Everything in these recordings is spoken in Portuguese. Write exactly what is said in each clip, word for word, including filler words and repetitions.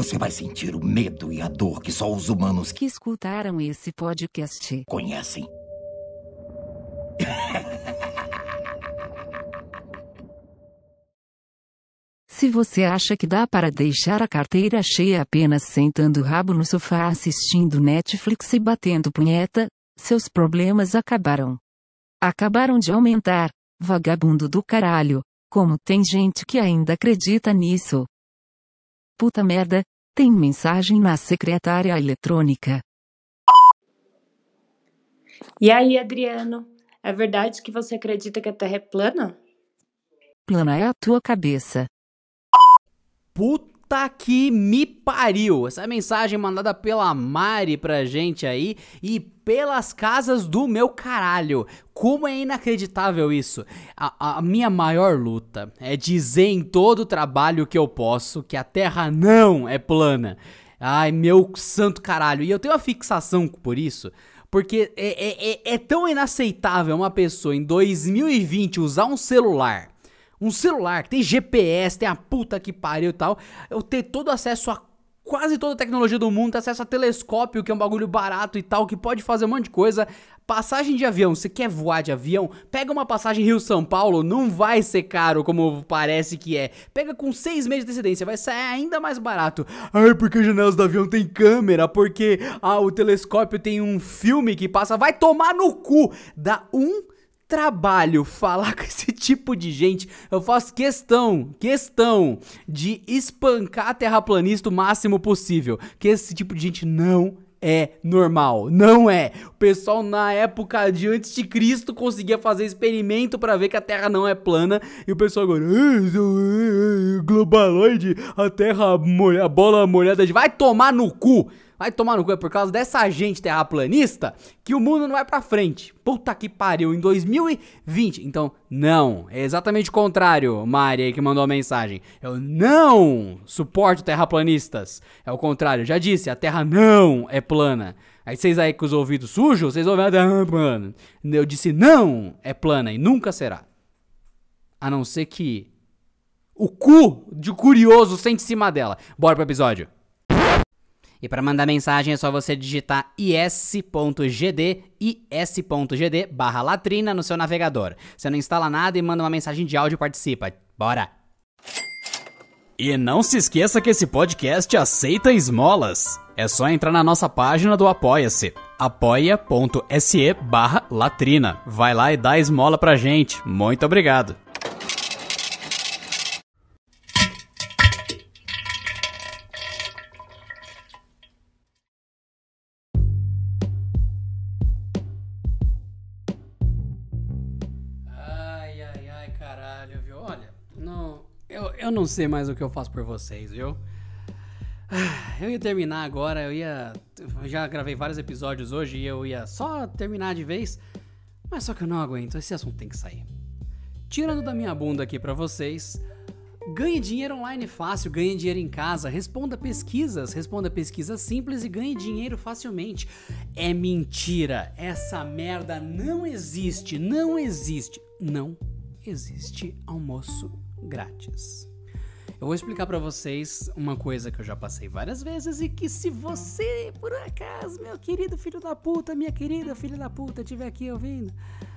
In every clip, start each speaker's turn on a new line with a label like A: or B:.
A: Você vai sentir o medo e a dor que só os humanos
B: que escutaram esse podcast
A: conhecem.
B: Se você acha que dá para deixar a carteira cheia apenas sentando o rabo no sofá assistindo Netflix e batendo punheta, seus problemas acabaram. Acabaram de aumentar, vagabundo do caralho. Como tem gente que ainda acredita nisso? Puta merda, tem mensagem na secretária eletrônica.
C: E aí, Adriano? É verdade que você acredita que a Terra é plana?
B: Plana é a tua cabeça.
D: Puta que me pariu! Essa mensagem mandada pela Mari pra gente aí e pelas casas do meu caralho. Como é inacreditável isso. A, a minha maior luta é dizer em todo o trabalho que eu posso que a Terra não é plana. Ai, meu santo caralho. E eu tenho uma fixação por isso. Porque é, é, é, é tão inaceitável uma pessoa em dois mil e vinte usar um celular... Um celular que tem G P S, tem a puta que pariu e tal, eu ter todo acesso a quase toda a tecnologia do mundo, ter acesso a telescópio, que é um bagulho barato e tal, que pode fazer um monte de coisa. Passagem de avião, você quer voar de avião? Pega uma passagem Rio-São Paulo, não vai ser caro como parece que é. Pega com seis meses de antecedência, vai sair ainda mais barato. Ai, porque as janelas do avião tem câmera, porque ah, o telescópio tem um filme que passa, vai tomar no cu. Dá um trabalho falar com esse tipo de gente. Eu faço questão, questão de espancar terraplanista o máximo possível, que esse tipo de gente não é normal, não é. O pessoal na época de antes de Cristo conseguia fazer experimento pra ver que a Terra não é plana, e o pessoal agora, globaloide, a Terra, a bola molhada de... Vai tomar no cu! Vai tomar no cu, é por causa dessa gente terraplanista que o mundo não vai pra frente. Puta que pariu, em dois mil e vinte. Então, não, é exatamente o contrário, Mari aí que mandou a mensagem. Eu não suporto terraplanistas. É o contrário, já disse, a Terra não é plana. Aí vocês aí com os ouvidos sujos, vocês ouvem a Terra é plana. Eu disse não é plana e nunca será. A não ser que o cu de curioso sente em cima dela. Bora pro episódio. E para mandar mensagem é só você digitar is.gd, is.gd barra latrina no seu navegador. Você não instala nada e manda uma mensagem de áudio e participa. Bora! E não se esqueça que esse podcast aceita esmolas. É só entrar na nossa página do Apoia-se. apoia.se barra latrina. Vai lá e dá esmola pra gente. Muito obrigado. Eu não sei mais o que eu faço por vocês, viu? Eu ia terminar agora, eu ia... Eu já gravei vários episódios hoje e eu ia só terminar de vez, mas só que eu não aguento, esse assunto tem que sair. Tirando da minha bunda aqui pra vocês, ganhe dinheiro online fácil, ganhe dinheiro em casa, responda pesquisas, responda pesquisas simples e ganhe dinheiro facilmente. É mentira, essa merda não existe, não existe, não existe almoço grátis. Eu vou explicar pra vocês uma coisa que eu já passei várias vezes e que se você, por acaso, meu querido filho da puta, minha querida filha da puta, estiver aqui ouvindo,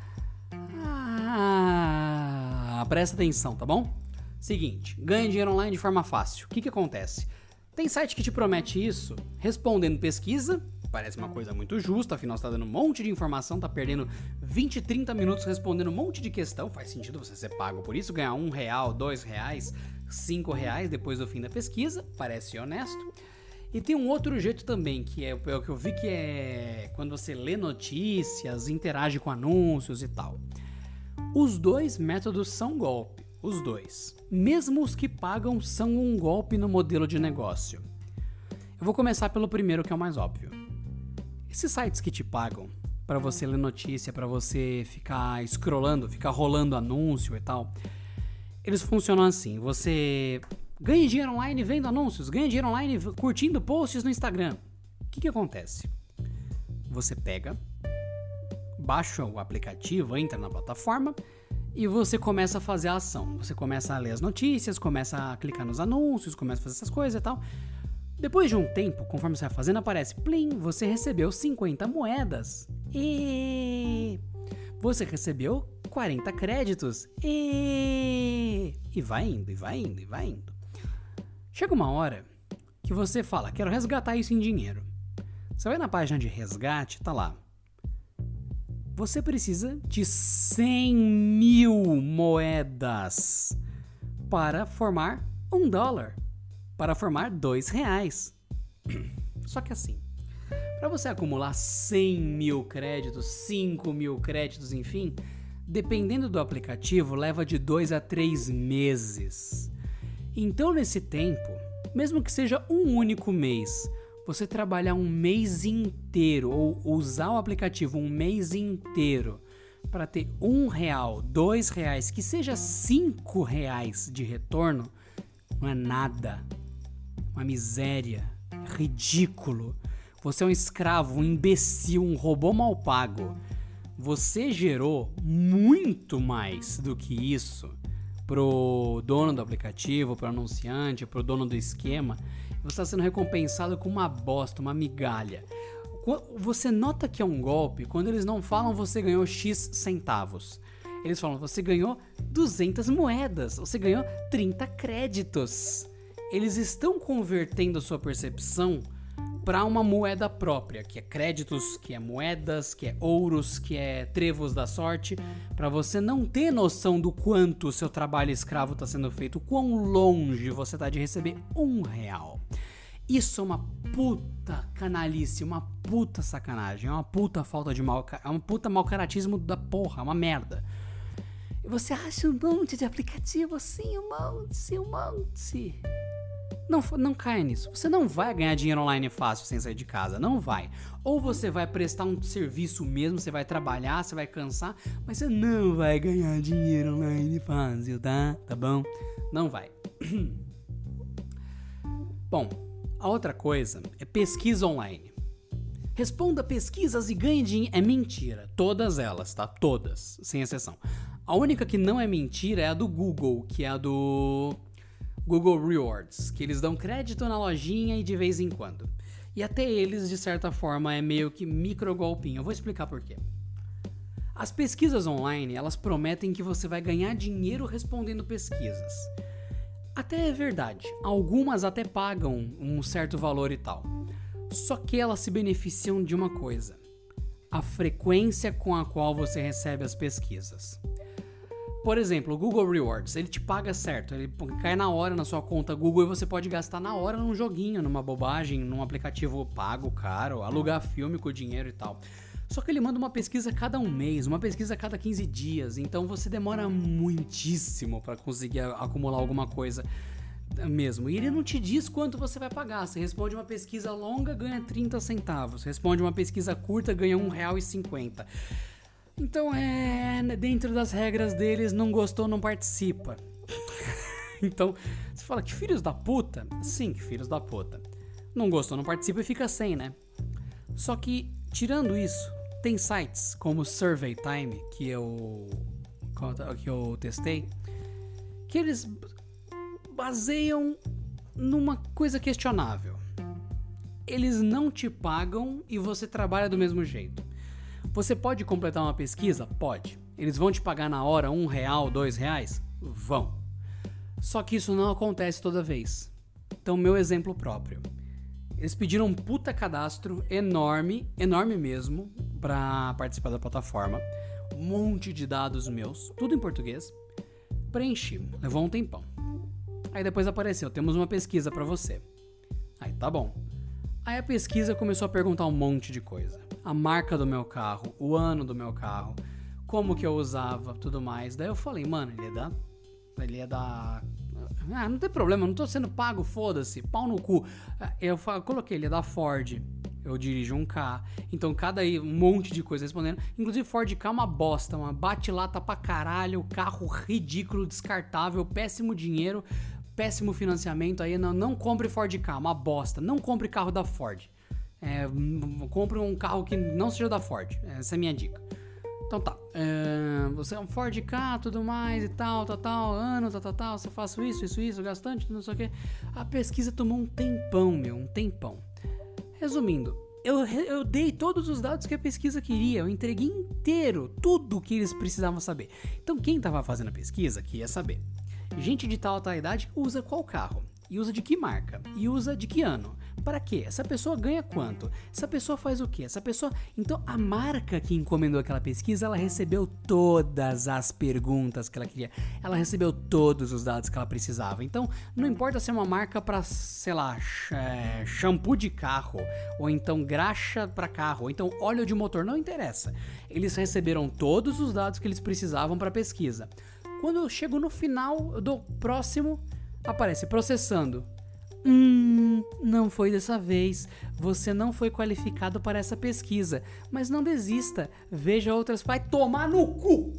D: ah, presta atenção, tá bom? Seguinte, ganha dinheiro online de forma fácil. O que que acontece? Tem site que te promete isso respondendo pesquisa, parece uma coisa muito justa, afinal você tá dando um monte de informação, tá perdendo vinte, trinta minutos respondendo um monte de questão, faz sentido você ser pago por isso, ganhar um real, dois reais, cinco reais depois do fim da pesquisa, parece honesto. E tem um outro jeito também, que é, é o que eu vi que é quando você lê notícias, interage com anúncios e tal. Os dois métodos são golpe, os dois. Mesmo os que pagam são um golpe no modelo de negócio. Eu vou começar pelo primeiro, que é o mais óbvio. Esses sites que te pagam pra você ler notícia, pra você ficar scrollando, ficar rolando anúncio e tal, eles funcionam assim, você ganha dinheiro online vendo anúncios, ganha dinheiro online curtindo posts no Instagram. O que que acontece? Você pega, baixa o aplicativo, entra na plataforma e você começa a fazer a ação. Você começa a ler as notícias, começa a clicar nos anúncios, começa a fazer essas coisas e tal. Depois de um tempo, conforme você vai fazendo, aparece plim, você recebeu cinquenta moedas. E você recebeu quarenta créditos. E e vai indo, e vai indo, e vai indo. Chega uma hora que você fala, quero resgatar isso em dinheiro. Você vai na página de resgate, tá lá. Você precisa de cem mil moedas para formar um dólar, para formar dois reais. Só que assim, para você acumular cem mil créditos, cinco mil créditos, enfim, dependendo do aplicativo, leva de dois a três meses. Então, nesse tempo, mesmo que seja um único mês, você trabalhar um mês inteiro ou usar o aplicativo um mês inteiro para ter um real, dois reais, que seja cinco reais de retorno, não é nada. Uma miséria, ridículo. Você é um escravo, um imbecil, um robô mal pago. Você gerou muito mais do que isso pro dono do aplicativo, pro anunciante, pro dono do esquema. Você está sendo recompensado com uma bosta, uma migalha. Você nota que é um golpe quando eles não falam você ganhou X centavos. Eles falam você ganhou duzentas moedas, você ganhou trinta créditos. Eles estão convertendo a sua percepção para uma moeda própria, que é créditos, que é moedas, que é ouros, que é trevos da sorte, para você não ter noção do quanto o seu trabalho escravo está sendo feito, quão longe você está de receber um real. Isso é uma puta canalice, uma puta sacanagem, é uma puta falta de mal, é um puta mau caratismo da porra, é uma merda. E você acha um monte de aplicativo assim, um monte, um monte. Não, não caia nisso. Você não vai ganhar dinheiro online fácil sem sair de casa. Não vai. Ou você vai prestar um serviço mesmo, você vai trabalhar, você vai cansar, mas você não vai ganhar dinheiro online fácil, tá? Tá bom? Não vai. Bom, a outra coisa é pesquisa online. Responda pesquisas e ganhe dinheiro. É mentira. Todas elas, tá? Todas, sem exceção. A única que não é mentira é a do Google, que é a do Google Rewards, que eles dão crédito na lojinha e de vez em quando. E até eles, de certa forma, é meio que micro golpinho. Eu vou explicar por quê. As pesquisas online, elas prometem que você vai ganhar dinheiro respondendo pesquisas. Até é verdade. Algumas até pagam um certo valor e tal. Só que elas se beneficiam de uma coisa: a frequência com a qual você recebe as pesquisas. Por exemplo, o Google Rewards, ele te paga certo, ele cai na hora na sua conta Google e você pode gastar na hora num joguinho, numa bobagem, num aplicativo pago, caro, alugar filme com dinheiro e tal. Só que ele manda uma pesquisa a cada um mês, uma pesquisa a cada quinze dias, então você demora muitíssimo para conseguir acumular alguma coisa mesmo. E ele não te diz quanto você vai pagar. Você responde uma pesquisa longa, ganha trinta centavos. Responde uma pesquisa curta, ganha um real e cinquenta. Então é, dentro das regras deles, não gostou, não participa. Então, você fala que filhos da puta? Sim, que filhos da puta. Não gostou, não participa e fica sem, né? Só que, tirando isso, tem sites como Survey Time, que eu, que eu testei, que eles baseiam numa coisa questionável. Eles não te pagam e você trabalha do mesmo jeito. Você pode completar uma pesquisa? Pode. Eles vão te pagar na hora um real, dois reais? Vão. Só que isso não acontece toda vez. Então, meu exemplo próprio. Eles pediram um puta cadastro enorme, enorme mesmo, pra participar da plataforma. Um monte de dados meus, tudo em português. Preenchi, levou um tempão. Aí depois apareceu, temos uma pesquisa pra você. Aí, tá bom. Aí a pesquisa começou a perguntar um monte de coisa. A marca do meu carro, o ano do meu carro, como que eu usava, tudo mais. Daí eu falei, mano, ele é da... Ele é da... Ah, não tem problema, eu não tô sendo pago, foda-se, pau no cu. Eu, eu coloquei, ele é da Ford, eu dirijo um K. Então cada aí, um monte de coisa respondendo. Inclusive Ford K é uma bosta, uma bate-lata pra caralho, carro ridículo, descartável, péssimo dinheiro, péssimo financiamento. Aí não, não compre Ford K, uma bosta. Não compre carro da Ford. É, compre um carro que não seja da Ford. Essa é a minha dica. Então tá, é, você é um Ford Ka, tudo mais e tal, tal, tal, ano, tal, tal, tal, você faço isso, isso, isso, gastante, não sei o que. A pesquisa tomou um tempão, meu, um tempão. Resumindo, eu, eu dei todos os dados que a pesquisa queria, eu entreguei inteiro, tudo que eles precisavam saber. Então quem tava fazendo a pesquisa queria saber. Gente de tal a tal idade usa qual carro? E usa de que marca? E usa de que ano? Para quê? Essa pessoa ganha quanto? Essa pessoa faz o quê? Essa pessoa... Então, a marca que encomendou aquela pesquisa, ela recebeu todas as perguntas que ela queria. Ela recebeu todos os dados que ela precisava. Então, não importa se é uma marca para, sei lá, é, shampoo de carro, ou então graxa para carro, ou então óleo de motor, não interessa. Eles receberam todos os dados que eles precisavam para a pesquisa. Quando eu chego no final do próximo, aparece processando. Hum, não foi dessa vez. Você não foi qualificado para essa pesquisa. Mas não desista. Veja outras. Vai tomar no cu!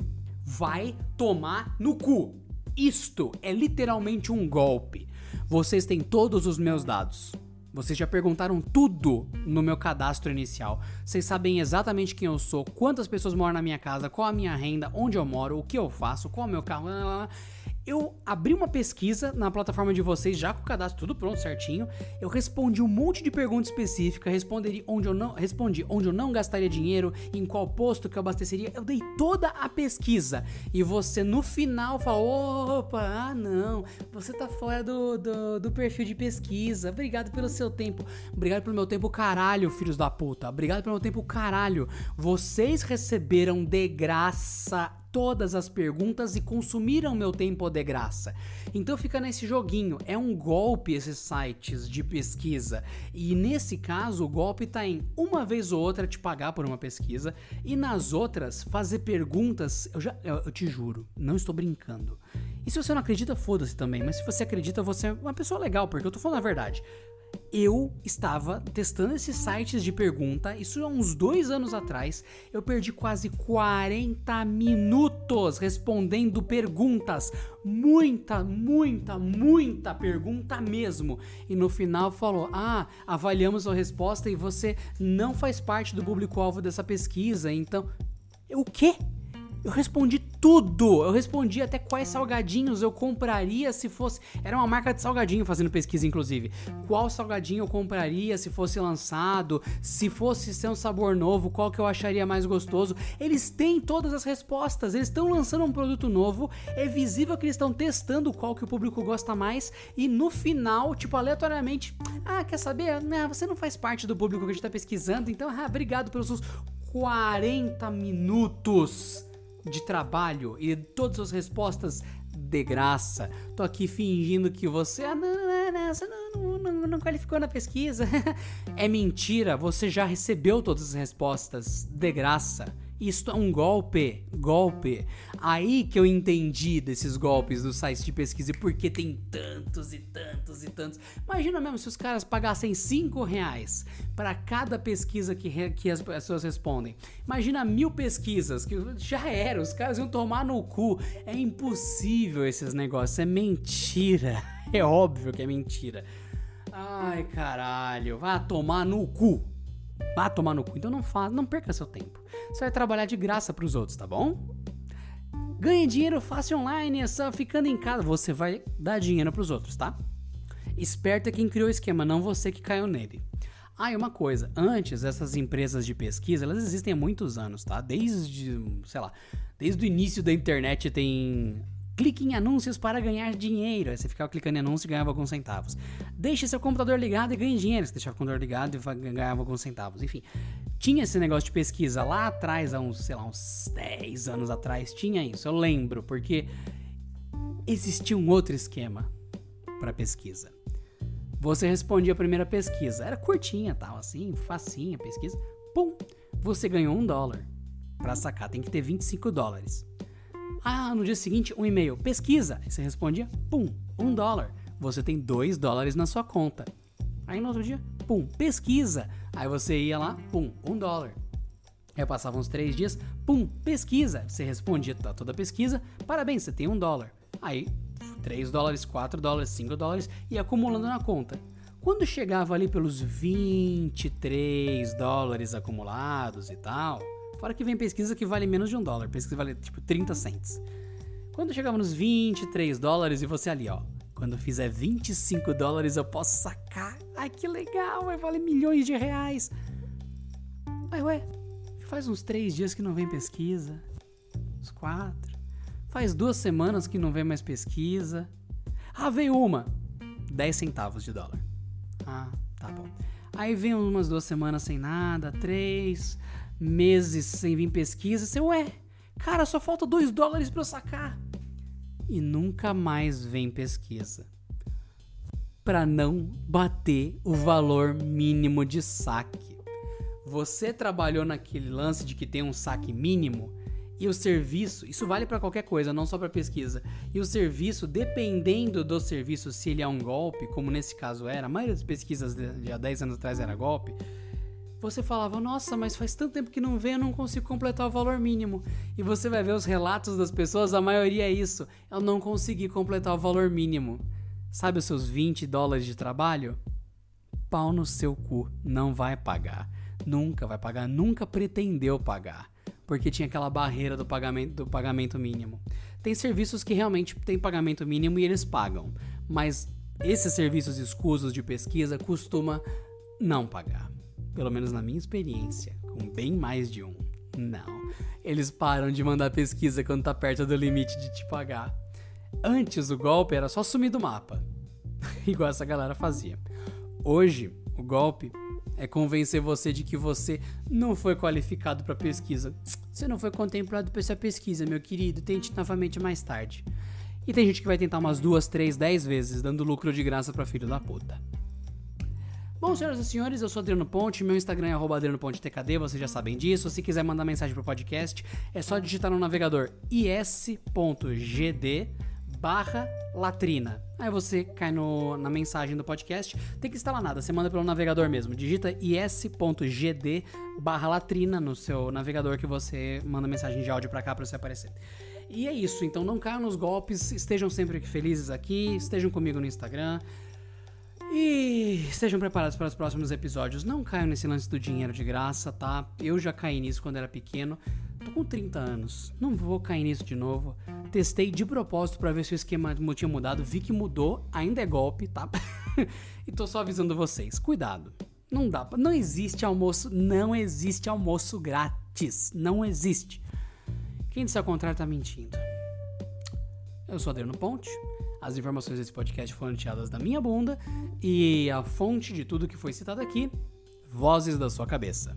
D: Vai tomar no cu! Isto é literalmente um golpe. Vocês têm todos os meus dados. Vocês já perguntaram tudo no meu cadastro inicial. Vocês sabem exatamente quem eu sou, quantas pessoas moram na minha casa, qual a minha renda, onde eu moro, o que eu faço, qual é o meu carro. Blá, blá, blá. Eu abri uma pesquisa na plataforma de vocês, já com o cadastro tudo pronto, certinho. Eu respondi um monte de perguntas específicas, respondi onde eu não, respondi onde eu não gastaria dinheiro, em qual posto que eu abasteceria. Eu dei toda a pesquisa. E você no final falou, opa, ah não, você tá fora do, do, do perfil de pesquisa. Obrigado pelo seu tempo. Obrigado pelo meu tempo, caralho, filhos da puta. Obrigado pelo meu tempo, caralho. Vocês receberam de graça todas as perguntas e consumiram meu tempo de graça. Então fica nesse joguinho, é um golpe esses sites de pesquisa. E nesse caso o golpe tá em uma vez ou outra te pagar por uma pesquisa e nas outras fazer perguntas, eu já eu, eu te juro, não estou brincando. E se você não acredita, foda-se também, mas se você acredita, você é uma pessoa legal, porque eu tô falando a verdade. Eu estava testando esses sites de pergunta, isso há uns dois anos atrás, eu perdi quase quarenta minutos respondendo perguntas, muita, muita, muita pergunta mesmo, e no final falou, ah, avaliamos a resposta e você não faz parte do público-alvo dessa pesquisa, então, o quê? Eu respondi tudo, eu respondi até quais salgadinhos eu compraria se fosse... Era uma marca de salgadinho fazendo pesquisa, inclusive. Qual salgadinho eu compraria se fosse lançado, se fosse ser um sabor novo, qual que eu acharia mais gostoso. Eles têm todas as respostas, eles estão lançando um produto novo, é visível que eles estão testando qual que o público gosta mais e no final, tipo, aleatoriamente, ah, quer saber? Não, você não faz parte do público que a gente tá pesquisando, então, ah, obrigado pelos seus quarenta minutos de trabalho e todas as respostas de graça. Tô aqui fingindo que você, ah, não, não, não, você não, não, não qualificou na pesquisa. É mentira, você já recebeu todas as respostas de graça. Isto é um golpe, golpe. Aí que eu entendi desses golpes dos sites de pesquisa e por que tem tantos e tantos e tantos. Imagina mesmo se os caras pagassem cinco reais para cada pesquisa que, re, que as pessoas respondem. Imagina mil pesquisas, que já era, os caras iam tomar no cu. É impossível esses negócios, é mentira. É óbvio que é mentira. Ai, caralho, vai tomar no cu. Vá tomar no cu, então não faz, não perca seu tempo. Você vai trabalhar de graça pros outros, tá bom? Ganhe dinheiro fácil online, é só ficando em casa. Você vai dar dinheiro pros outros, tá? Esperto é quem criou o esquema, não você que caiu nele. Ah, e uma coisa, antes essas empresas de pesquisa, elas existem há muitos anos, tá? Desde, sei lá, desde o início da internet tem... Clique em anúncios para ganhar dinheiro. Aí você ficava clicando em anúncios e ganhava alguns centavos. Deixe seu computador ligado e ganhe dinheiro. Você deixava o computador ligado e ganhava alguns centavos. Enfim, tinha esse negócio de pesquisa lá atrás, há uns, sei lá, uns dez anos atrás. Tinha isso, eu lembro, porque existia um outro esquema para pesquisa. Você respondia a primeira pesquisa. Era curtinha, tal, assim, facinha a pesquisa. Pum, você ganhou um dólar. Para sacar, tem que ter vinte e cinco dólares. Ah, no dia seguinte, um e-mail. Pesquisa. Aí você respondia, pum, um dólar. Você tem dois dólares na sua conta. Aí no outro dia, pum, pesquisa. Aí você ia lá, pum, um dólar. Aí passavam uns três dias, pum, pesquisa. Você respondia tá, toda a pesquisa, parabéns, você tem um dólar. Aí, três dólares, quatro dólares, cinco dólares e acumulando na conta. Quando chegava ali pelos vinte e três dólares acumulados e tal, Fora que vem pesquisa que vale menos de um dólar. Pesquisa que vale tipo trinta cents. Quando chegava nos vinte e três dólares e você ali, ó. Quando fizer vinte e cinco dólares eu posso sacar. Ai, que legal, vai valer milhões de reais. Ai, ué, faz uns três dias que não vem pesquisa. Uns quatro. Faz duas semanas que não vem mais pesquisa. Ah, veio uma. dez centavos de dólar. Ah, tá bom. Aí vem umas duas semanas sem nada, três meses sem vir pesquisa. Você, ué, cara, só falta dois dólares pra eu sacar. E nunca mais vem pesquisa. Pra não bater o valor mínimo de saque. Você trabalhou naquele lance de que tem um saque mínimo e o serviço, isso vale pra qualquer coisa, não só pra pesquisa. E o serviço, dependendo do serviço, se ele é um golpe, como nesse caso era, a maioria das pesquisas de, de há dez anos atrás era golpe, você falava, nossa, mas faz tanto tempo que não vem, eu não consigo completar o valor mínimo. E você vai ver os relatos das pessoas, a maioria é isso, eu não consegui completar o valor mínimo. Sabe os seus vinte dólares de trabalho? Pau no seu cu, não vai pagar. Nunca vai pagar, nunca pretendeu pagar. Porque tinha aquela barreira do pagamento, do pagamento mínimo. Tem serviços que realmente tem pagamento mínimo e eles pagam. Mas esses serviços escusos de pesquisa costuma não pagar. Pelo menos na minha experiência, com bem mais de um. Não. Eles param de mandar pesquisa quando tá perto do limite de te pagar. Antes o golpe era só sumir do mapa. Igual essa galera fazia. Hoje, o golpe é convencer você de que você não foi qualificado para pesquisa. Você não foi contemplado por essa pesquisa, meu querido. Tente novamente mais tarde. E tem gente que vai tentar umas duas, três, dez vezes, dando lucro de graça pra filho da puta. Bom, senhoras e senhores, eu sou Adriano Ponte, meu Instagram é arroba adriano ponte t k d, vocês já sabem disso. Se quiser mandar mensagem pro podcast, é só digitar no navegador is ponto g d barra latrina. Aí você cai no, na mensagem do podcast, tem que instalar nada, você manda pelo navegador mesmo, digita is ponto g d barra latrina no seu navegador que você manda mensagem de áudio pra cá pra você aparecer. E é isso, então não caiam nos golpes, estejam sempre felizes aqui, estejam comigo no Instagram e estejam preparados para os próximos episódios. Não caiam nesse lance do dinheiro de graça, tá? Eu já caí nisso quando era pequeno, tô com trinta anos, não vou cair nisso de novo. Testei de propósito pra ver se o esquema tinha mudado, vi que mudou, ainda é golpe, tá? E tô só avisando vocês, cuidado. Não dá, não existe almoço, não existe almoço grátis, não existe. Quem disser ao contrário tá mentindo. Eu sou Adriano Ponte, as informações desse podcast foram tiradas da minha bunda e a fonte de tudo que foi citado aqui, vozes da sua cabeça.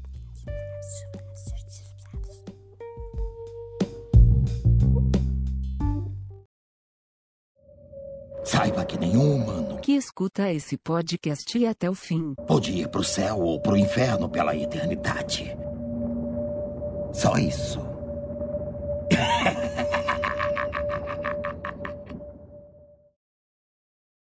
A: Saiba que nenhum humano
B: que escuta esse podcast e até o fim
A: pode ir pro céu ou pro inferno pela eternidade. Só isso.